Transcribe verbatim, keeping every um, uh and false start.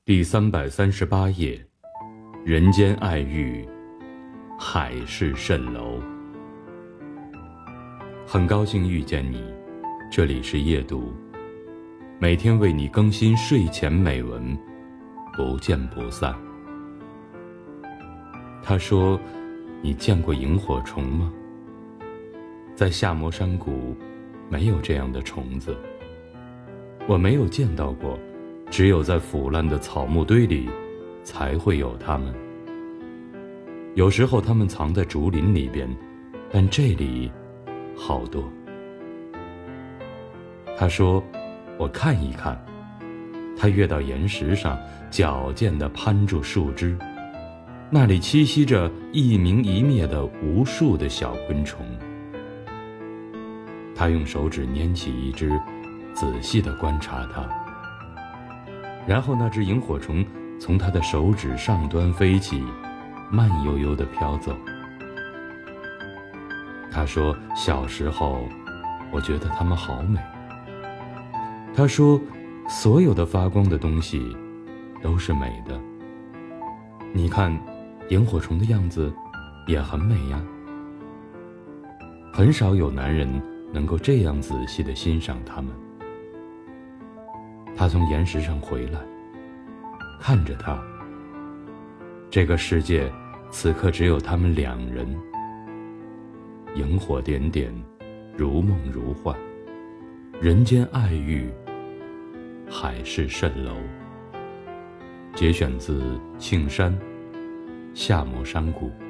第三百三十八页，人间爱欲，海市蜃楼。很高兴遇见你，这里是夜读，每天为你更新睡前美文，不见不散。他说，你见过萤火虫吗？在夏摩山谷没有这样的虫子，我没有见到过，只有在腐烂的草木堆里才会有它们。有时候它们藏在竹林里边，但这里好多。他说，我看一看。他跃到岩石上，矫健地攀住树枝，那里栖息着一明一灭的无数的小昆虫。他用手指拈起一只，仔细地观察它，然后那只萤火虫从他的手指上端飞起，慢悠悠地飘走。他说，小时候我觉得它们好美。他说，所有的发光的东西都是美的。你看，萤火虫的样子也很美呀。很少有男人能够这样仔细地欣赏它们。他从岩石上回来，看着他。这个世界此刻只有他们两人。萤火点点，如梦如幻，人间爱欲，海市蜃楼。节选自庆山，夏摩山谷。